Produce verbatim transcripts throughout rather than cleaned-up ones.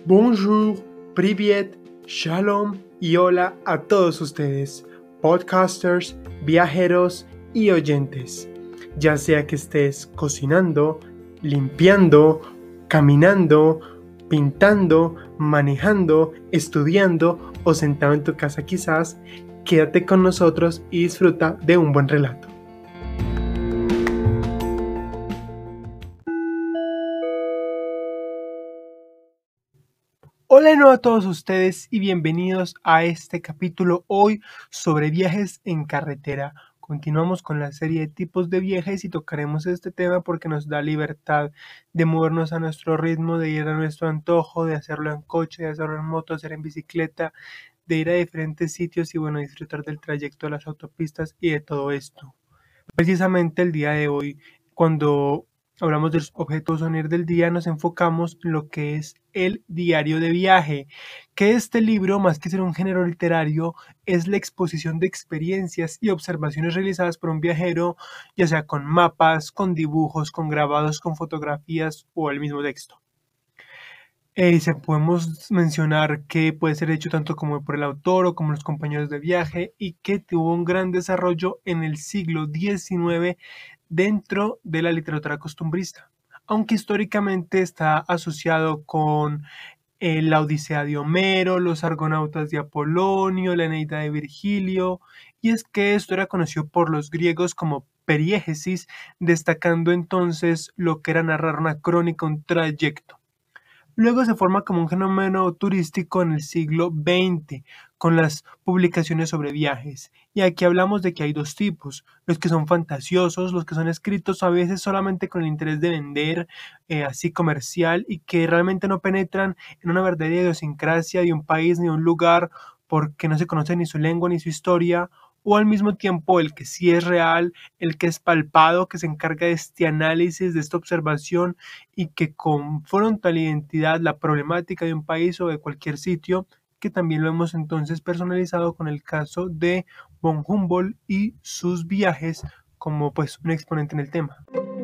Bonjour, privet, shalom y hola a todos ustedes, podcasters, viajeros y oyentes. Ya sea que estés cocinando, limpiando, caminando, pintando, manejando, estudiando o sentado en tu casa quizás, quédate con nosotros y disfruta de un buen relato. Hola de nuevo a todos ustedes y bienvenidos a este capítulo hoy sobre viajes en carretera. Continuamos con la serie de tipos de viajes y tocaremos este tema porque nos da libertad de movernos a nuestro ritmo, de ir a nuestro antojo, de hacerlo en coche, de hacerlo en moto, hacer en bicicleta, de ir a diferentes sitios y bueno, disfrutar del trayecto de las autopistas y de todo esto. Precisamente el día de hoy, cuando hablamos de los objetos souvenirs del día, nos enfocamos en lo que es el diario de viaje, que este libro, más que ser un género literario, es la exposición de experiencias y observaciones realizadas por un viajero, ya sea con mapas, con dibujos, con grabados, con fotografías o el mismo texto. Eh, se podemos mencionar que puede ser hecho tanto como por el autor o como los compañeros de viaje y que tuvo un gran desarrollo en el siglo diecinueve dentro de la literatura costumbrista, aunque históricamente está asociado con eh, la Odisea de Homero, los Argonautas de Apolonio, la Eneida de Virgilio, y es que esto era conocido por los griegos como periégesis, destacando entonces lo que era narrar una crónica, un trayecto. Luego se forma como un fenómeno turístico en el siglo veinte, con las publicaciones sobre viajes. Y aquí hablamos de que hay dos tipos, los que son fantasiosos, los que son escritos a veces solamente con el interés de vender, eh, así comercial, y que realmente no penetran en una verdadera idiosincrasia de un país ni de un lugar, porque no se conoce ni su lengua ni su historia, o al mismo tiempo el que sí es real, el que es palpado, que se encarga de este análisis, de esta observación y que confronta la identidad, la problemática de un país o de cualquier sitio, que también lo hemos entonces personalizado con el caso de von Humboldt y sus viajes como pues un exponente en el tema.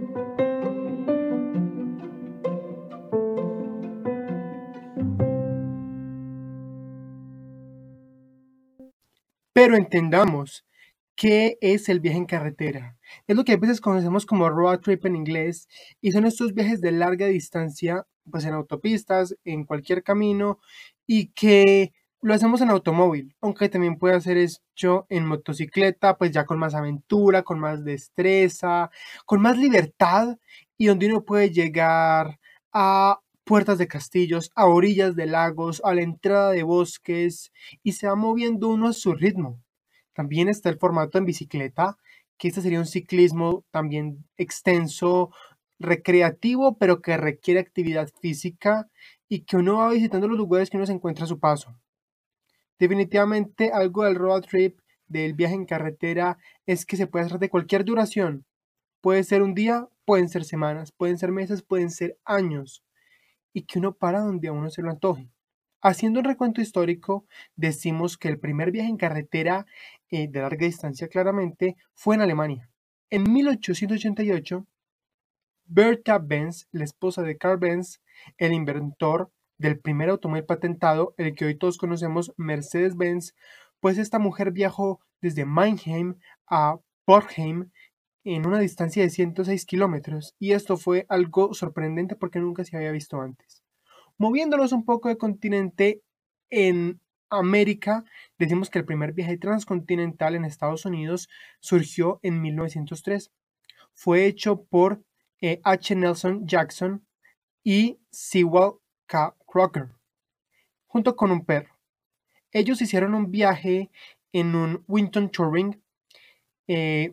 Pero entendamos, ¿qué es el viaje en carretera? Es lo que a veces conocemos como road trip en inglés y son estos viajes de larga distancia, pues en autopistas, en cualquier camino y que lo hacemos en automóvil, aunque también puede ser hecho en motocicleta, pues ya con más aventura, con más destreza, con más libertad y donde uno puede llegar a puertas de castillos, a orillas de lagos, a la entrada de bosques y se va moviendo uno a su ritmo. También está el formato en bicicleta, que este sería un ciclismo también extenso, recreativo, pero que requiere actividad física y que uno va visitando los lugares que uno se encuentra a su paso. Definitivamente algo del road trip, del viaje en carretera, es que se puede hacer de cualquier duración. Puede ser un día, pueden ser semanas, pueden ser meses, pueden ser años. Y que uno para donde a uno se lo antoje. Haciendo un recuento histórico, decimos que el primer viaje en carretera eh, de larga distancia claramente fue en Alemania. En mil ochocientos ochenta y ocho, Bertha Benz, la esposa de Carl Benz, el inventor del primer automóvil patentado, el que hoy todos conocemos, Mercedes-Benz, pues esta mujer viajó desde Mannheim a Bornheim en una distancia de ciento seis kilómetros, y esto fue algo sorprendente porque nunca se había visto antes. Moviéndonos un poco de continente, en América, decimos que el primer viaje transcontinental en Estados Unidos surgió en mil novecientos tres. Fue hecho por eh, H. Nelson Jackson y Sewell K. Crocker, junto con un perro. Ellos hicieron un viaje en un Winton Touring eh,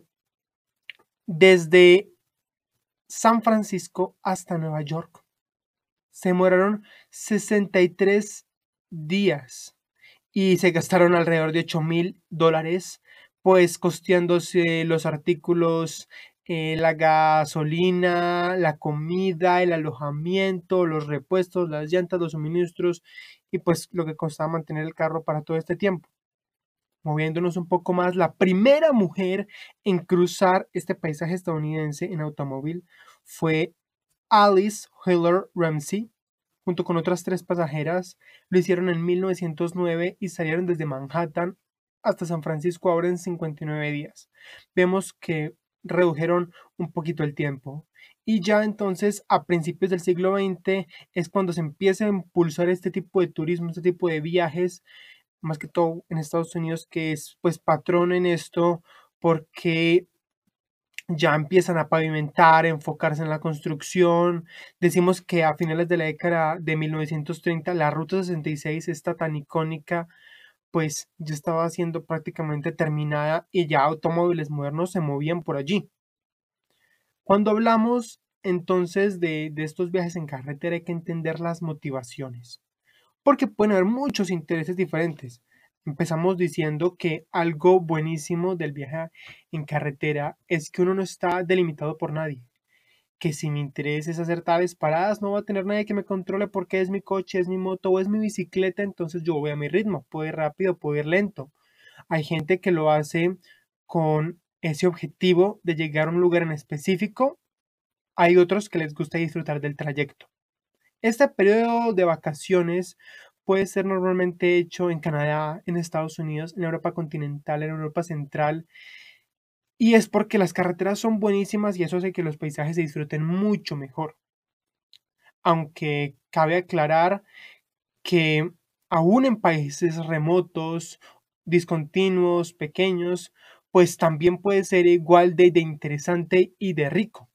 desde San Francisco hasta Nueva York. Se demoraron sesenta y tres días y se gastaron alrededor de ocho mil dólares, pues costeándose los artículos, eh, la gasolina, la comida, el alojamiento, los repuestos, las llantas, los suministros y pues lo que costaba mantener el carro para todo este tiempo. Moviéndonos un poco más, la primera mujer en cruzar este paisaje estadounidense en automóvil fue Alice Wheeler Ramsey, junto con otras tres pasajeras. Lo hicieron en mil novecientos nueve y salieron desde Manhattan hasta San Francisco ahora en cincuenta y nueve días. Vemos que redujeron un poquito el tiempo. Y ya entonces a principios del siglo veinte es cuando se empieza a impulsar este tipo de turismo, este tipo de viajes, más que todo en Estados Unidos, que es pues patrón en esto, porque ya empiezan a pavimentar, a enfocarse en la construcción. Decimos que a finales de la década de mil novecientos treinta la Ruta sesenta y seis, esta tan icónica, pues ya estaba siendo prácticamente terminada y ya automóviles modernos se movían por allí. Cuando hablamos entonces de, de estos viajes en carretera hay que entender las motivaciones, porque pueden haber muchos intereses diferentes. Empezamos diciendo que algo buenísimo del viaje en carretera es que uno no está delimitado por nadie, que si mi interés es hacer tales paradas, no va a tener nadie que me controle porque es mi coche, es mi moto o es mi bicicleta, entonces yo voy a mi ritmo, puedo ir rápido, puedo ir lento. Hay gente que lo hace con ese objetivo de llegar a un lugar en específico, hay otros que les gusta disfrutar del trayecto. Este periodo de vacaciones puede ser normalmente hecho en Canadá, en Estados Unidos, en Europa continental, en Europa central, y es porque las carreteras son buenísimas y eso hace que los paisajes se disfruten mucho mejor. Aunque cabe aclarar que aún en países remotos, discontinuos, pequeños, pues también puede ser igual de, de interesante y de rico.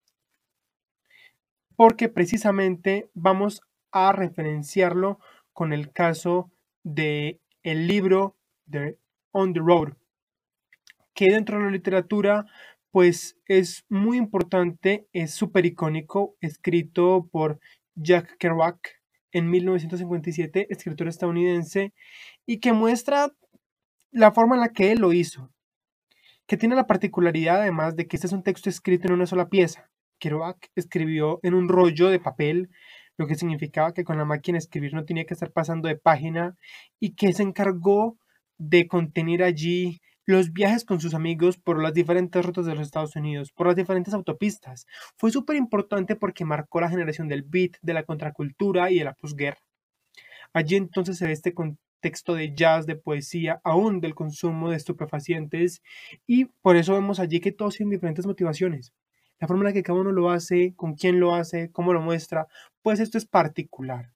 Porque precisamente vamos a referenciarlo con el caso de el libro de On the Road, que dentro de la literatura pues es muy importante, es súper icónico, escrito por Jack Kerouac en mil novecientos cincuenta y siete, escritor estadounidense, y que muestra la forma en la que él lo hizo, que tiene la particularidad además de que este es un texto escrito en una sola pieza. Kerouac escribió en un rollo de papel, lo que significaba que con la máquina de escribir no tenía que estar pasando de página y que se encargó de contener allí los viajes con sus amigos por las diferentes rutas de los Estados Unidos, por las diferentes autopistas. Fue súper importante porque marcó la generación del beat, de la contracultura y de la posguerra. Allí entonces se ve este contexto de jazz, de poesía, aún del consumo de estupefacientes, y por eso vemos allí que todos tienen diferentes motivaciones. La forma en la que cada uno lo hace, con quién lo hace, cómo lo muestra, pues esto es particular.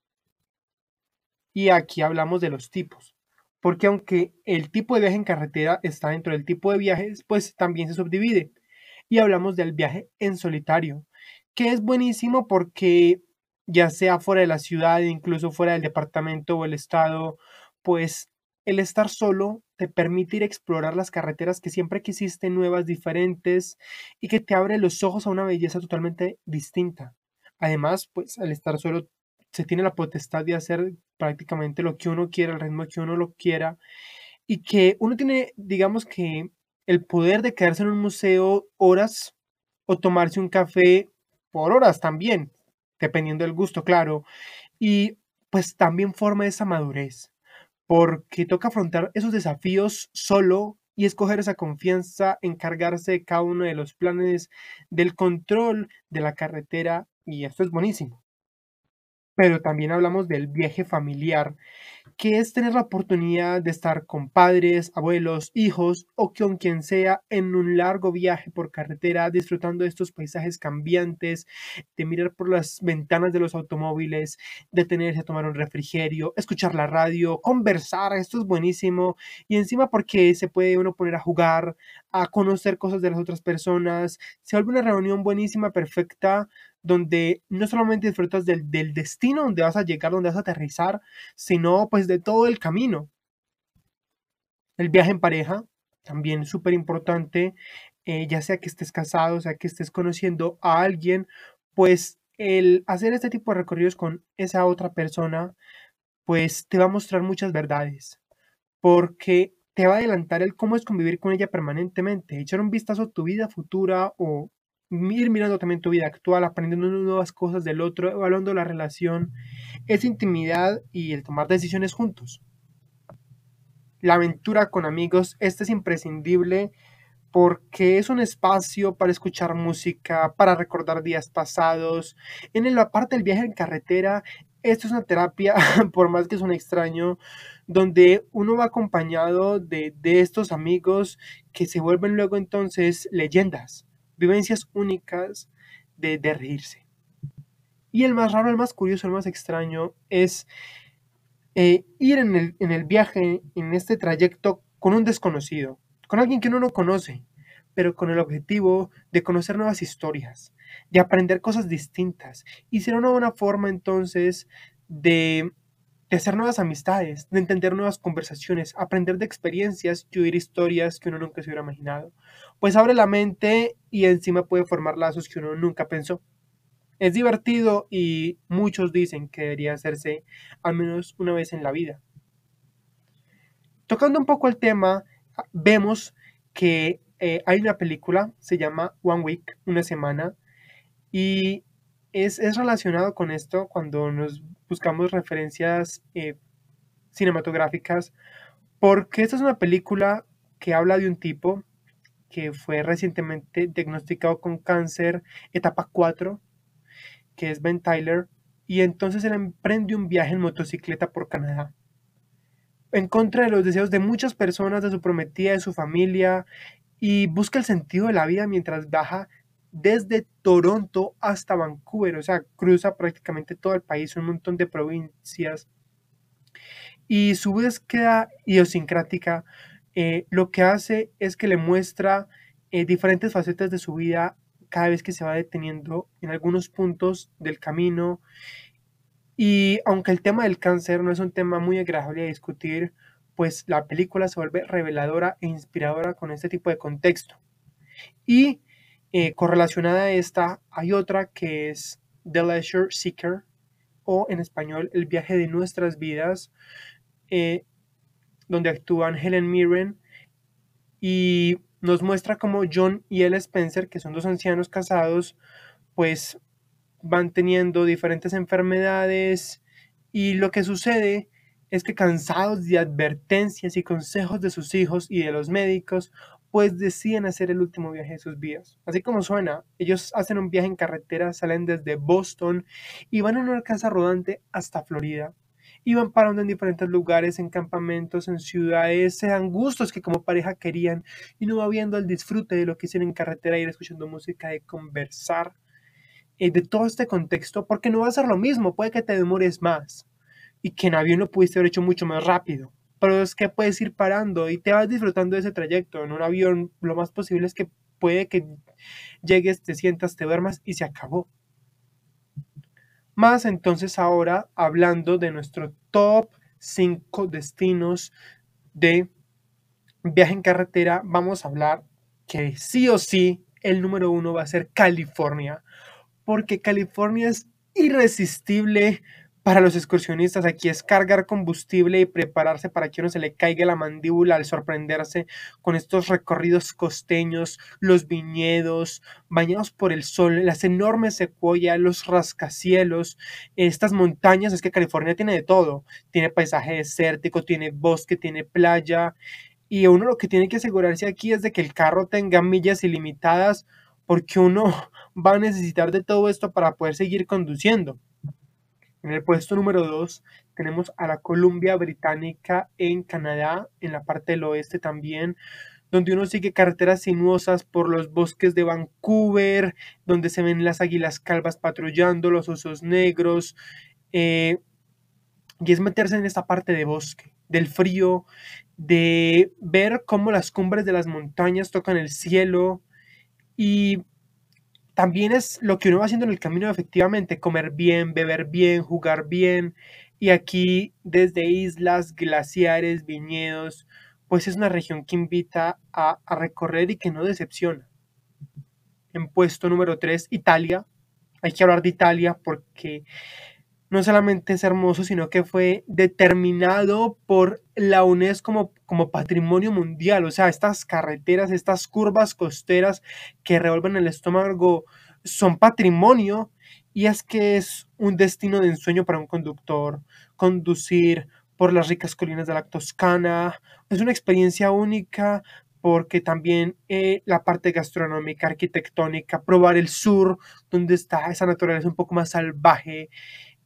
Y aquí hablamos de los tipos, porque aunque el tipo de viaje en carretera está dentro del tipo de viajes, pues también se subdivide. Y hablamos del viaje en solitario, que es buenísimo porque ya sea fuera de la ciudad, incluso fuera del departamento o el estado, pues el estar solo te permite ir a explorar las carreteras que siempre quisiste, nuevas, diferentes, y que te abre los ojos a una belleza totalmente distinta. Además, pues al estar solo se tiene la potestad de hacer prácticamente lo que uno quiera, al ritmo que uno lo quiera, y que uno tiene, digamos que, el poder de quedarse en un museo horas o tomarse un café por horas también, dependiendo del gusto, claro. Y pues también forma esa madurez, porque toca afrontar esos desafíos solo y escoger esa confianza, encargarse de cada uno de los planes, del control de la carretera, y esto es buenísimo. Pero también hablamos del viaje familiar, que es tener la oportunidad de estar con padres, abuelos, hijos o con quien sea en un largo viaje por carretera, disfrutando de estos paisajes cambiantes, de mirar por las ventanas de los automóviles, detenerse a tomar un refrigerio, escuchar la radio, conversar, esto es buenísimo. Y encima porque se puede uno poner a jugar, a conocer cosas de las otras personas, se vuelve una reunión buenísima, perfecta, donde no solamente disfrutas del, del destino donde vas a llegar, donde vas a aterrizar, sino pues de todo el camino. El viaje en pareja, también súper importante, eh, ya sea que estés casado, sea que estés conociendo a alguien, pues el hacer este tipo de recorridos con esa otra persona, pues te va a mostrar muchas verdades, porque te va a adelantar el cómo es convivir con ella permanentemente, echar un vistazo a tu vida futura o ir mirando también tu vida actual, aprendiendo nuevas cosas del otro, evaluando la relación, esa intimidad y el tomar decisiones juntos. La aventura con amigos, este es imprescindible porque es un espacio para escuchar música, para recordar días pasados. En la parte del viaje en carretera esto es una terapia, por más que suene extraño, donde uno va acompañado de, de estos amigos que se vuelven luego entonces leyendas, vivencias únicas de, de reírse. Y el más raro, el más curioso, el más extraño es eh, ir en el, en el viaje, en este trayecto, con un desconocido, con alguien que uno no conoce, pero con el objetivo de conocer nuevas historias, de aprender cosas distintas. Y será una buena forma entonces de, de hacer nuevas amistades, de entender nuevas conversaciones, aprender de experiencias y oír historias que uno nunca se hubiera imaginado. Pues abre la mente y encima puede formar lazos que uno nunca pensó. Es divertido y muchos dicen que debería hacerse al menos una vez en la vida. Tocando un poco el tema, vemos que eh, hay una película, se llama One Week, una semana, y es, es relacionado con esto cuando nos buscamos referencias eh, cinematográficas, porque esta es una película que habla de un tipo que fue recientemente diagnosticado con cáncer etapa cuatro, que es Ben Tyler, y entonces él emprende un viaje en motocicleta por Canadá, en contra de los deseos de muchas personas, de su prometida, de su familia, y busca el sentido de la vida mientras viaja desde Toronto hasta Vancouver, o sea, cruza prácticamente todo el país, un montón de provincias, y su búsqueda idiosincrática eh, lo que hace es que le muestra eh, diferentes facetas de su vida cada vez que se va deteniendo en algunos puntos del camino. Y aunque el tema del cáncer no es un tema muy agradable de discutir, pues la película se vuelve reveladora e inspiradora con este tipo de contexto. Y eh, correlacionada a esta hay otra que es The Leisure Seeker, o en español El viaje de nuestras vidas, eh, donde actúan Helen Mirren y nos muestra cómo John y Elle Spencer, que son dos ancianos casados, pues van teniendo diferentes enfermedades y lo que sucede es que cansados de advertencias y consejos de sus hijos y de los médicos, pues deciden hacer el último viaje de sus vidas. Así como suena, ellos hacen un viaje en carretera, salen desde Boston y van en una casa rodante hasta Florida. Y van parando en diferentes lugares, en campamentos, en ciudades, se dan gustos que como pareja querían y no va viendo el disfrute de lo que hicieron en carretera, ir escuchando música, de conversar, eh, de todo este contexto, porque no va a ser lo mismo, puede que te demores más y que en avión lo pudiste haber hecho mucho más rápido, pero es que puedes ir parando y te vas disfrutando de ese trayecto. En un avión lo más posible es que puede que llegues, te sientas, te duermas y se acabó. Más entonces ahora hablando de nuestro top cinco destinos de viaje en carretera, vamos a hablar que sí o sí el número uno va a ser California, porque California es irresistible para los excursionistas. Aquí es cargar combustible y prepararse para que uno se le caiga la mandíbula al sorprenderse con estos recorridos costeños, los viñedos bañados por el sol, las enormes secuoyas, los rascacielos, estas montañas. Es que California tiene de todo, tiene paisaje desértico, tiene bosque, tiene playa, y uno lo que tiene que asegurarse aquí es de que el carro tenga millas ilimitadas, porque uno va a necesitar de todo esto para poder seguir conduciendo. En el puesto número dos tenemos a la Columbia Británica en Canadá, en la parte del oeste también, donde uno sigue carreteras sinuosas por los bosques de Vancouver, donde se ven las águilas calvas patrullando, los osos negros, eh, y es meterse en esta parte de bosque, del frío, de ver cómo las cumbres de las montañas tocan el cielo, y también es lo que uno va haciendo en el camino, efectivamente, comer bien, beber bien, jugar bien. Y aquí desde islas, glaciares, viñedos, pues es una región que invita a, a recorrer y que no decepciona. En puesto número tres, Italia. Hay que hablar de Italia porque no solamente es hermoso, sino que fue determinado por la UNESCO como, como patrimonio mundial. O sea, estas carreteras, estas curvas costeras que revuelven el estómago son patrimonio, y es que es un destino de ensueño para un conductor. Conducir por las ricas colinas de la Toscana es una experiencia única, porque también eh, la parte gastronómica, arquitectónica, probar el sur, donde está esa naturaleza un poco más salvaje,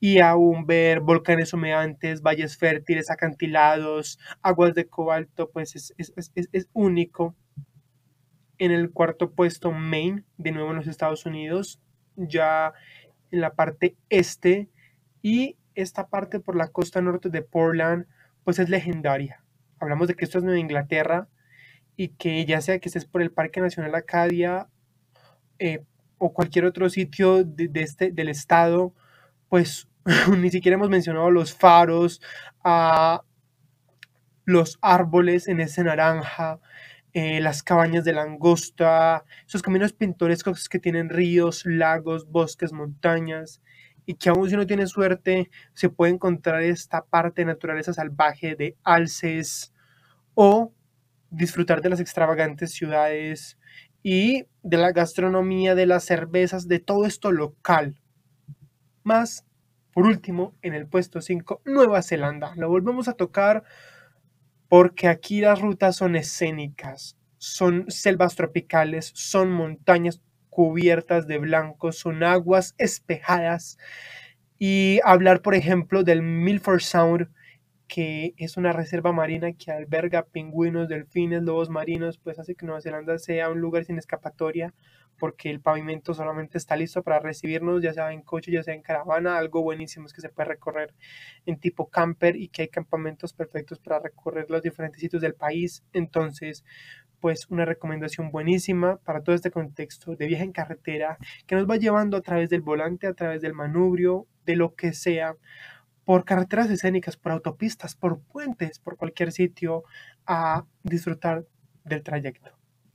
y aún ver volcanes humeantes, valles fértiles, acantilados, aguas de cobalto, pues es, es, es, es único. En el cuarto puesto, Maine, de nuevo en los Estados Unidos, ya en la parte este, y esta parte por la costa norte de Portland, pues es legendaria. Hablamos de que esto es Nueva Inglaterra y que ya sea que estés por el Parque Nacional Acadia eh, o cualquier otro sitio de, de este, del estado, pues ni siquiera hemos mencionado los faros, uh, los árboles en ese naranja, eh, las cabañas de langosta, esos caminos pintorescos que tienen ríos, lagos, bosques, montañas, y que aún si uno tiene suerte se puede encontrar esta parte de naturaleza salvaje de alces o disfrutar de las extravagantes ciudades y de la gastronomía, de las cervezas, de todo esto local. Más, por último, en el puesto cinco, Nueva Zelanda. Lo volvemos a tocar porque aquí las rutas son escénicas, son selvas tropicales, son montañas cubiertas de blanco, son aguas espejadas. Y hablar, por ejemplo, del Milford Sound, que es una reserva marina que alberga pingüinos, delfines, lobos marinos, pues hace que Nueva Zelanda sea un lugar sin escapatoria, porque el pavimento solamente está listo para recibirnos, ya sea en coche, ya sea en caravana. Algo buenísimo es que se puede recorrer en tipo camper y que hay campamentos perfectos para recorrer los diferentes sitios del país. Entonces, pues una recomendación buenísima para todo este contexto de viaje en carretera que nos va llevando a través del volante, a través del manubrio, de lo que sea, por carreteras escénicas, por autopistas, por puentes, por cualquier sitio, a disfrutar del trayecto.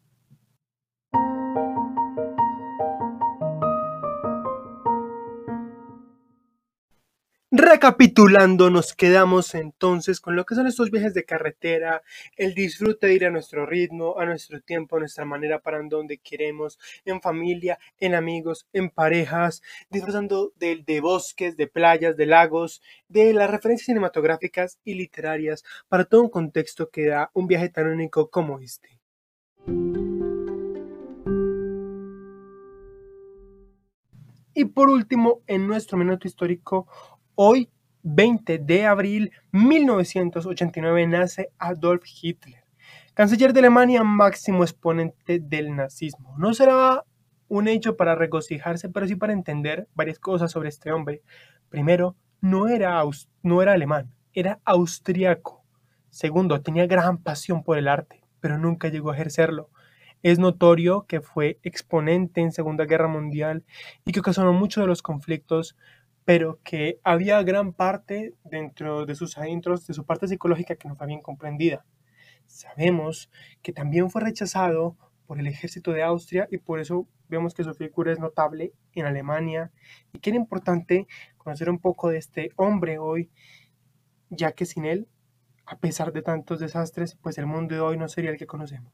Recapitulando, nos quedamos entonces con lo que son estos viajes de carretera, el disfrute de ir a nuestro ritmo, a nuestro tiempo, a nuestra manera, para donde queremos, en familia, en amigos, en parejas, disfrutando de, de bosques, de playas, de lagos, de las referencias cinematográficas y literarias, para todo un contexto que da un viaje tan único como este. Y por último, en nuestro minuto histórico, hoy, veinte de abril de mil novecientos ochenta y nueve, nace Adolf Hitler, canciller de Alemania, máximo exponente del nazismo. No será un hecho para regocijarse, pero sí para entender varias cosas sobre este hombre. Primero, no era, no era alemán, era austriaco. Segundo, tenía gran pasión por el arte, pero nunca llegó a ejercerlo. Es notorio que fue exponente en Segunda Guerra Mundial y que ocasionó muchos de los conflictos, pero que había gran parte dentro de sus adentros, de su parte psicológica, que no fue bien comprendida. Sabemos que también fue rechazado por el ejército de Austria y por eso vemos que su figura es notable en Alemania, y que era importante conocer un poco de este hombre hoy, ya que sin él, a pesar de tantos desastres, pues el mundo de hoy no sería el que conocemos.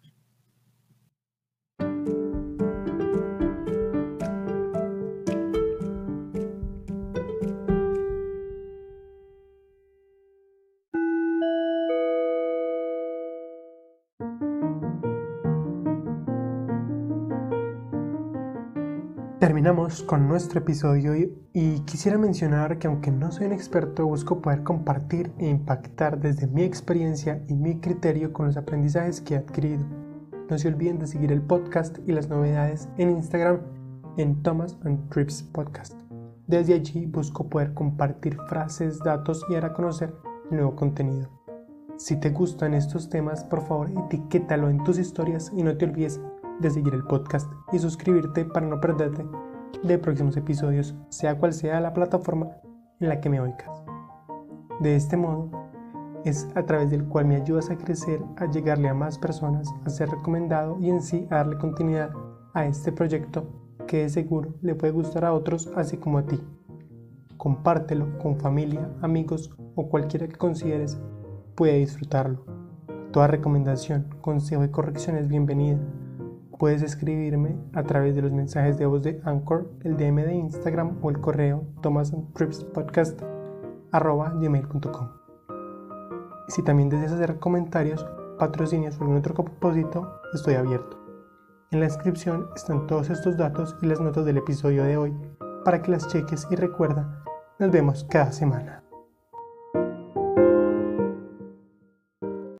Terminamos con nuestro episodio y, y quisiera mencionar que aunque no soy un experto, busco poder compartir e impactar desde mi experiencia y mi criterio con los aprendizajes que he adquirido. No se olviden de seguir el podcast y las novedades en Instagram en Thomas and Trips Podcast. Desde allí busco poder compartir frases, datos y dar a conocer nuevo contenido. Si te gustan estos temas, por favor etiquétalo en tus historias y no te olvides de seguir el podcast y suscribirte para no perderte de próximos episodios, sea cual sea la plataforma en la que me oigas. De este modo es a través del cual me ayudas a crecer, a llegarle a más personas, a ser recomendado y en sí a darle continuidad a este proyecto que de seguro le puede gustar a otros así como a ti. Compártelo con familia, amigos o cualquiera que consideres puede disfrutarlo. Toda recomendación, consejo y corrección es bienvenida. Puedes escribirme a través de los mensajes de voz de Anchor, el D M de Instagram o el correo thomas and trips podcast arroba gmail punto com. Si también deseas hacer comentarios, patrocinios o algún otro propósito, estoy abierto. En la descripción están todos estos datos y las notas del episodio de hoy para que las cheques, y recuerda Nos vemos cada semana.